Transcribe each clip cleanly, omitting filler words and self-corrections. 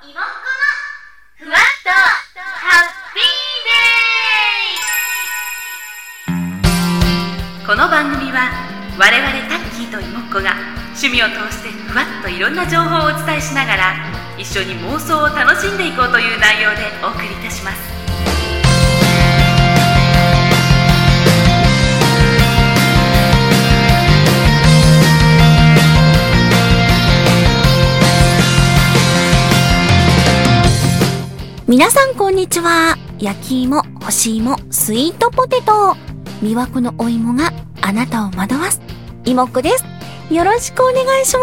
ふわっとハッピーデイ。この番組は我々タッキーとイモッコが趣味を通してふわっといろんな情報をお伝えしながら一緒に妄想を楽しんでいこうという内容でお送りいたします。 皆さんこんにちは。焼き芋、干し芋、スイートポテト、魅惑のお芋があなたを惑わすいもっこです。よろしくお願いします。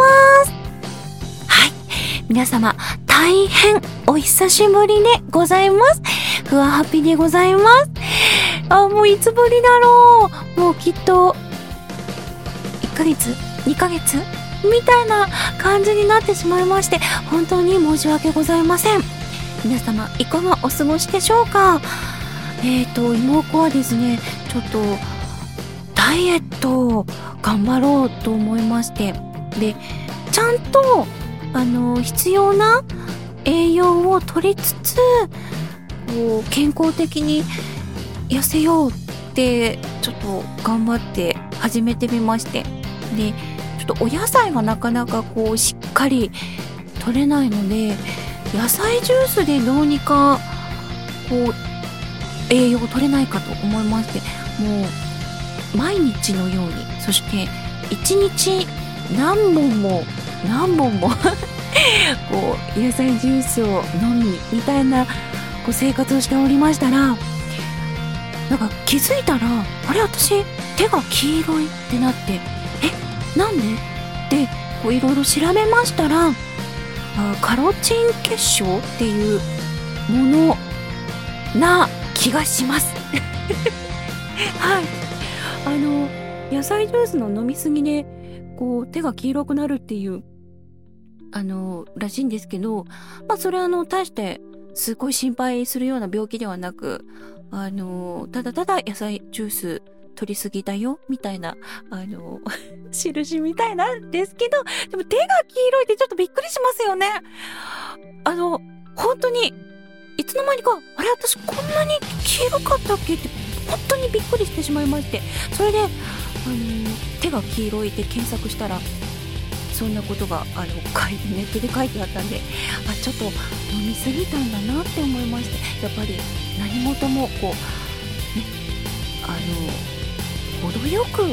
はい、皆様大変お久しぶりでございます。ふわハピでございます。もういつぶりだろう。もうきっと1ヶ月2ヶ月みたいな感じになってしまいまして、本当に申し訳ございません。皆様いかがお過ごしでしょうか。妹はですね、ちょっとダイエットを頑張ろうと思いまして、でちゃんと必要な栄養を取りつつこう健康的に痩せようってちょっと頑張って始めてみまして、でちょっとお野菜がなかなかこうしっかり取れないので、野菜ジュースでどうにかこう栄養を取れないかと思いまして、もう毎日のように、そして1日何本もこう野菜ジュースを飲みみたいなこう生活をしておりましたら、なんか気づいたら、あれ私手が黄色いってなって、なんでってこういろいろ調べましたら、カロチン結晶っていうものな気がしますはい、野菜ジュースの飲みすぎでこう手が黄色くなるっていうらしいんですけど、それは大してすごい心配するような病気ではなく、ただただ野菜ジュース取りすぎだよみたいな印みたいなんですけど、でも手が黄色いってちょっとびっくりしますよね。本当にいつの間にか、あれ私こんなに黄色かったっけって本当にびっくりしてしまいまして、それで手が黄色いって検索したらそんなことがネットで書いてあったんで、ちょっと飲みすぎたんだなって思いまして、やっぱり何事もこうね、程よく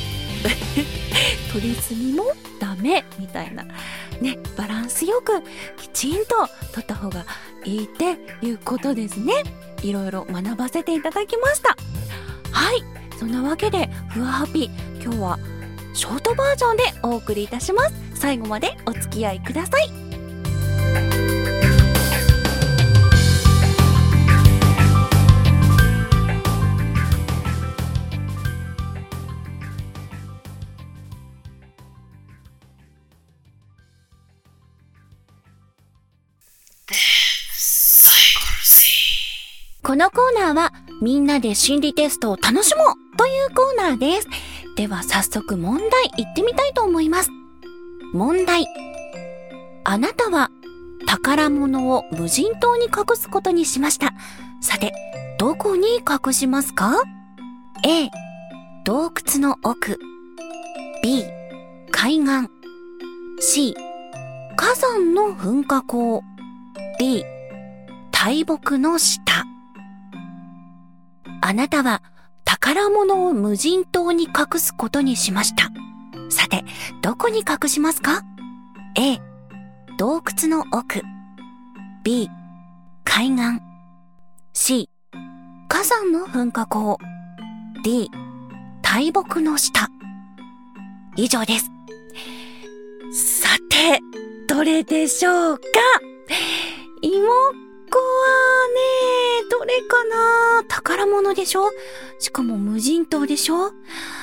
取りすぎもダメみたいなね、バランスよくきちんと取った方がいいっていうことですね。いろいろ学ばせていただきました。はい、そんなわけでふわハピ、今日はショートバージョンでお送りいたします。最後までお付き合いください。このコーナーはみんなで心理テストを楽しもうというコーナーです。では早速問題いってみたいと思います。問題。あなたは宝物を無人島に隠すことにしました。さて、どこに隠しますか？ A、洞窟の奥。B、海岸。C、火山の噴火口。D、大木の下。あなたは宝物を無人島に隠すことにしました。さて、どこに隠しますか？ A、洞窟の奥。B、海岸。C、火山の噴火口。D、大木の下。以上です。さて、どれでしょうか？妹はね、どれかな？宝物でしょ？しかも無人島でしょ？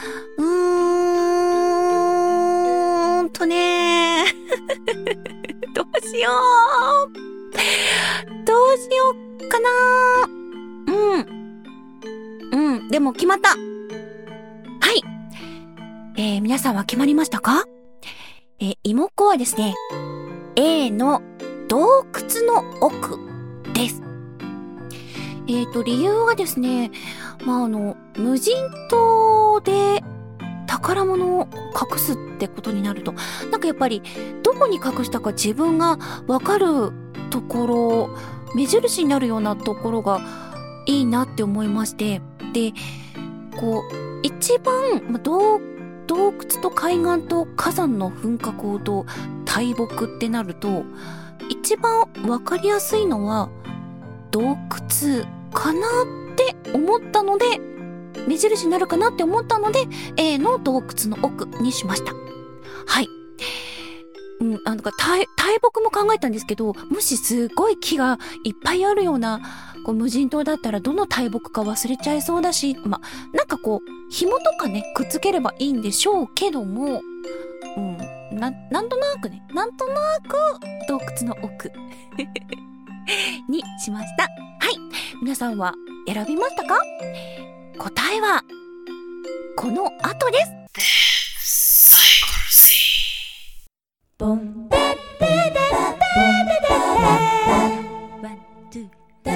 どうしようかな。でも決まった。はい。皆さんは決まりましたか？妹はですね、A の洞窟の奥です。理由はですね、無人島で宝物を隠すってことになると、なんかやっぱりどこに隠したか自分がわかるところ、目印になるようなところがいいなって思いまして、で、一番、洞窟と海岸と火山の噴火口と大木ってなると、一番わかりやすいのは洞窟かなって思ったので、目印になるかなって思ったので A の洞窟の奥にしました。はい。大木も考えたんですけど、もしすごい木がいっぱいあるような無人島だったらどの大木か忘れちゃいそうだし、紐とかねくっつければいいんでしょうけども、なんとなく洞窟の奥にしました。はい。皆さんは選びましたか？答えはこの後です。ボンデデデデデデワンツーデデデ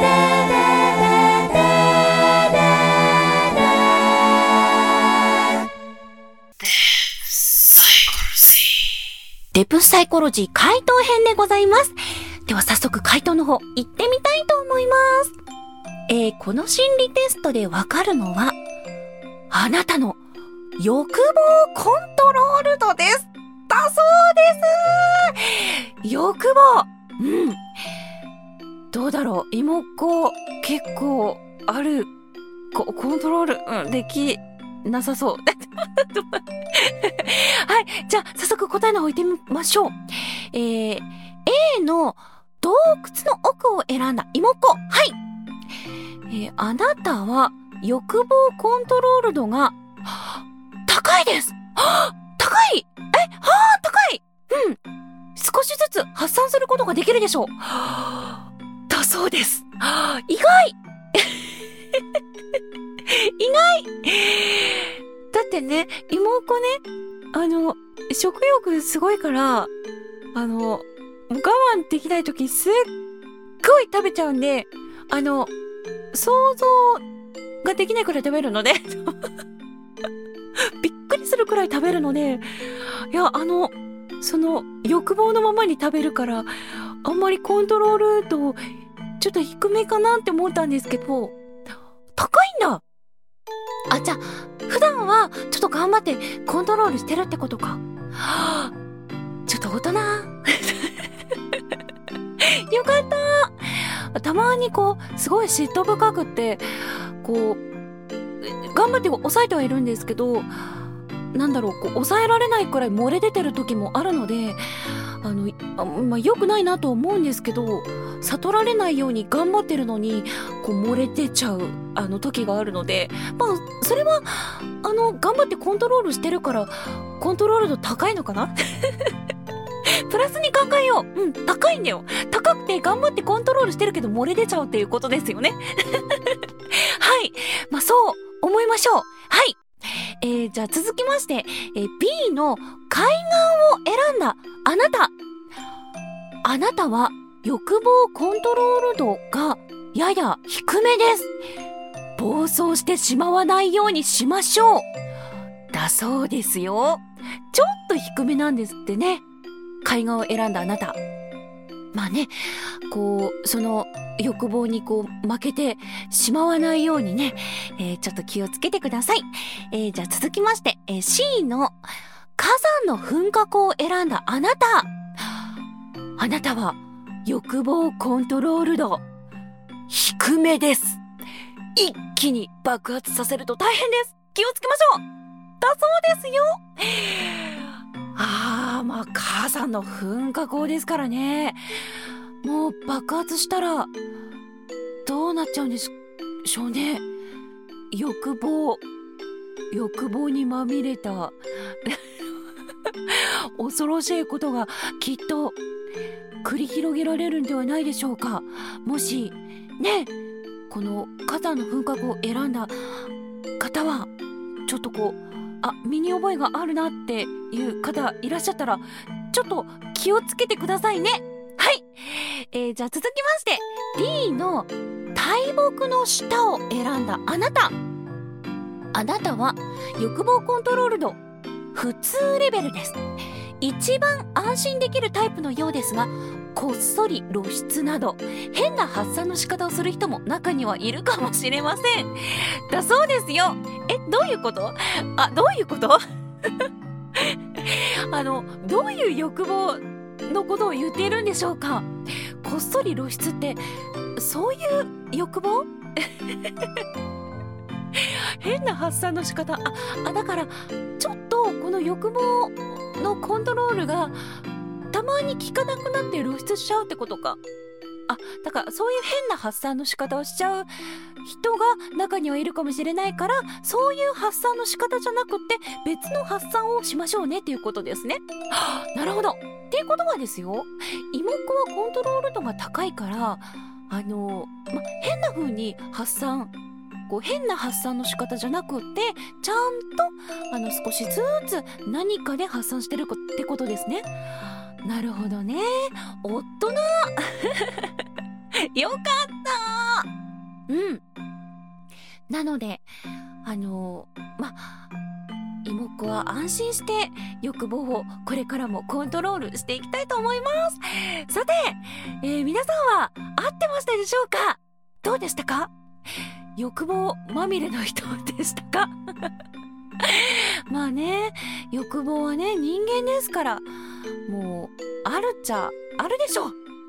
デプサイコロジー回答編でございます。では早速回答の方行ってみたいと思います。この心理テストでわかるのは、あなたの欲望コントロール度です。だそうです。欲望。どうだろう。妹っ子結構ある。コントロール、できなさそう。はい。じゃあ早速答えの方行ってみましょう。A の洞窟の奥を選んだ妹っ子。はい。あなたは欲望コントロール度が高いです。高い。高い。少しずつ発散することができるでしょう。だそうです。意外。意外。だってね、妹っ子ね、食欲すごいから、我慢できないときすっごい食べちゃうんで、想像ができないくらい食べるのでびっくりするくらい食べるので、いや、その欲望のままに食べるから、あんまりコントロール度ちょっと低めかなって思ったんですけど、高いんだ。じゃあ普段はちょっと頑張ってコントロールしてるってことか。ちょっと大人よかった。たまにすごい嫉妬深くって頑張って抑えてはいるんですけど、抑えられないくらい漏れ出てる時もあるので、良くないなと思うんですけど、悟られないように頑張ってるのに漏れ出ちゃう時があるので、それは頑張ってコントロールしてるからコントロール度高いのかなプラスに考えよう。高いんだよ。高くて頑張ってコントロールしてるけど漏れ出ちゃうっていうことですよねはい。そう思いましょう。はい。じゃあ続きまして、B の海岸を選んだあなたは欲望コントロール度がやや低めです。暴走してしまわないようにしましょう。だそうですよ。ちょっと低めなんですってね。海岸を選んだあなた。その欲望に負けてしまわないようにね、ちょっと気をつけてください。じゃあ続きまして、C の火山の噴火口を選んだあなたは欲望コントロール度低めです。一気に爆発させると大変です。気をつけましょう。だそうですよ。火山の噴火口ですからね。もう爆発したらどうなっちゃうんでしょうね。欲望にまみれた恐ろしいことがきっと繰り広げられるんではないでしょうか。もしね、この火山の噴火口を選んだ方はちょっと身に覚えがあるなっていう方いらっしゃったら、ちょっと気をつけてくださいね。はい。 じゃあ続きまして D の大木の下を選んだあなたは欲望コントロール度普通レベルです。一番安心できるタイプのようですが、こっそり露出など変な発散の仕方をする人も中にはいるかもしれません。だそうですよ。どういうこと？どういうことどういう欲望のことを言っているんでしょうか。こっそり露出ってそういう欲望変な発散の仕方。だからちょっとこの欲望のコントロールがたまに効かなくなって露出しちゃうってことか。だからそういう変な発散の仕方をしちゃう人が中にはいるかもしれないから、そういう発散の仕方じゃなくって別の発散をしましょうねっていうことですね。なるほど。っていうことはですよ、妹子はコントロール度が高いから変な風に変な発散の仕方じゃなくってちゃんと少しずつ何かで発散してるってことですね。なるほどね。大人よかった。なので妹子は安心して欲望をこれからもコントロールしていきたいと思います。さて、皆さんは合ってましたでしょうか？どうでしたか？欲望まみれの人でしたか？まあね、欲望はね、人間ですからもうあるっちゃあるでしょ。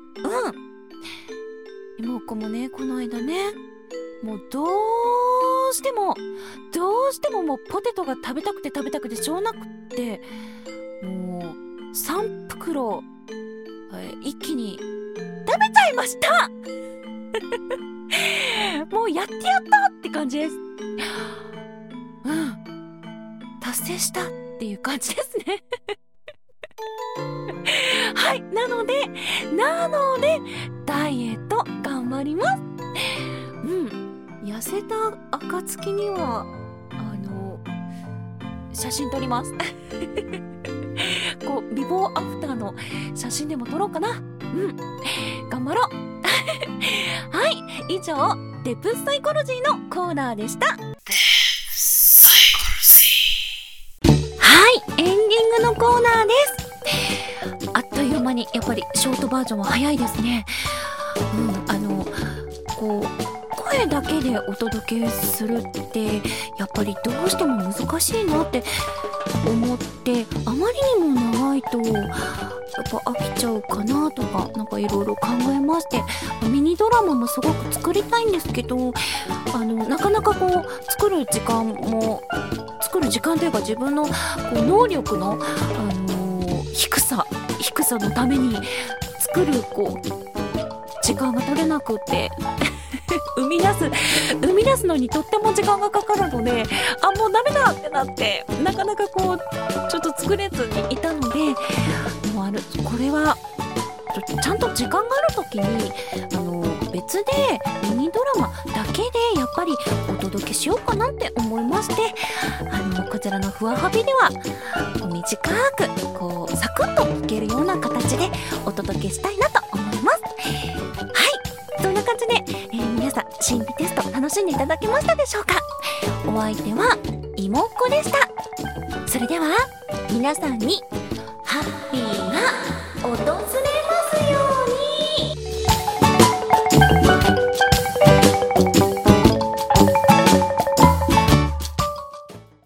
妹子もね、この間ね、もうどうしてももうポテトが食べたくてしょうがなくってもう3袋一気に食べちゃいましたもうやってやったって感じです。達成したっていう感じですねはい、なのでダイエット頑張ります。痩せた暁には写真撮りますこうビフォーアフターの写真でも撮ろうかな。頑張ろうはい、以上デプスサイコロジーのコーナーでした。はい、エンディングのコーナーです。あっという間にやっぱりショートバージョンは早いですね。声だけでお届けするってやっぱりどうしても難しいなって思って、あまりにも長いとやっぱ飽きちゃうかなとかなんかいろいろ考えまして、ミニドラマもすごく作りたいんですけどなかなか作る時間というか自分の能力の、低さのために作る時間が取れなくって生み出すのにとっても時間がかかるので、もうダメだってなってなかなかちょっと作れずにいたので、これはちゃんと時間がある時に別でミニドラマだけでやっぱりお届けしようかなって思いまして、こちらのふわはびでは短くサクッといけるような形でお届けしたいなと思います。はい、そんな感じで、皆さん心理テスト楽しんでいただけましたでしょうか？お相手は妹子でした。それでは皆さんにハッピーな訪れ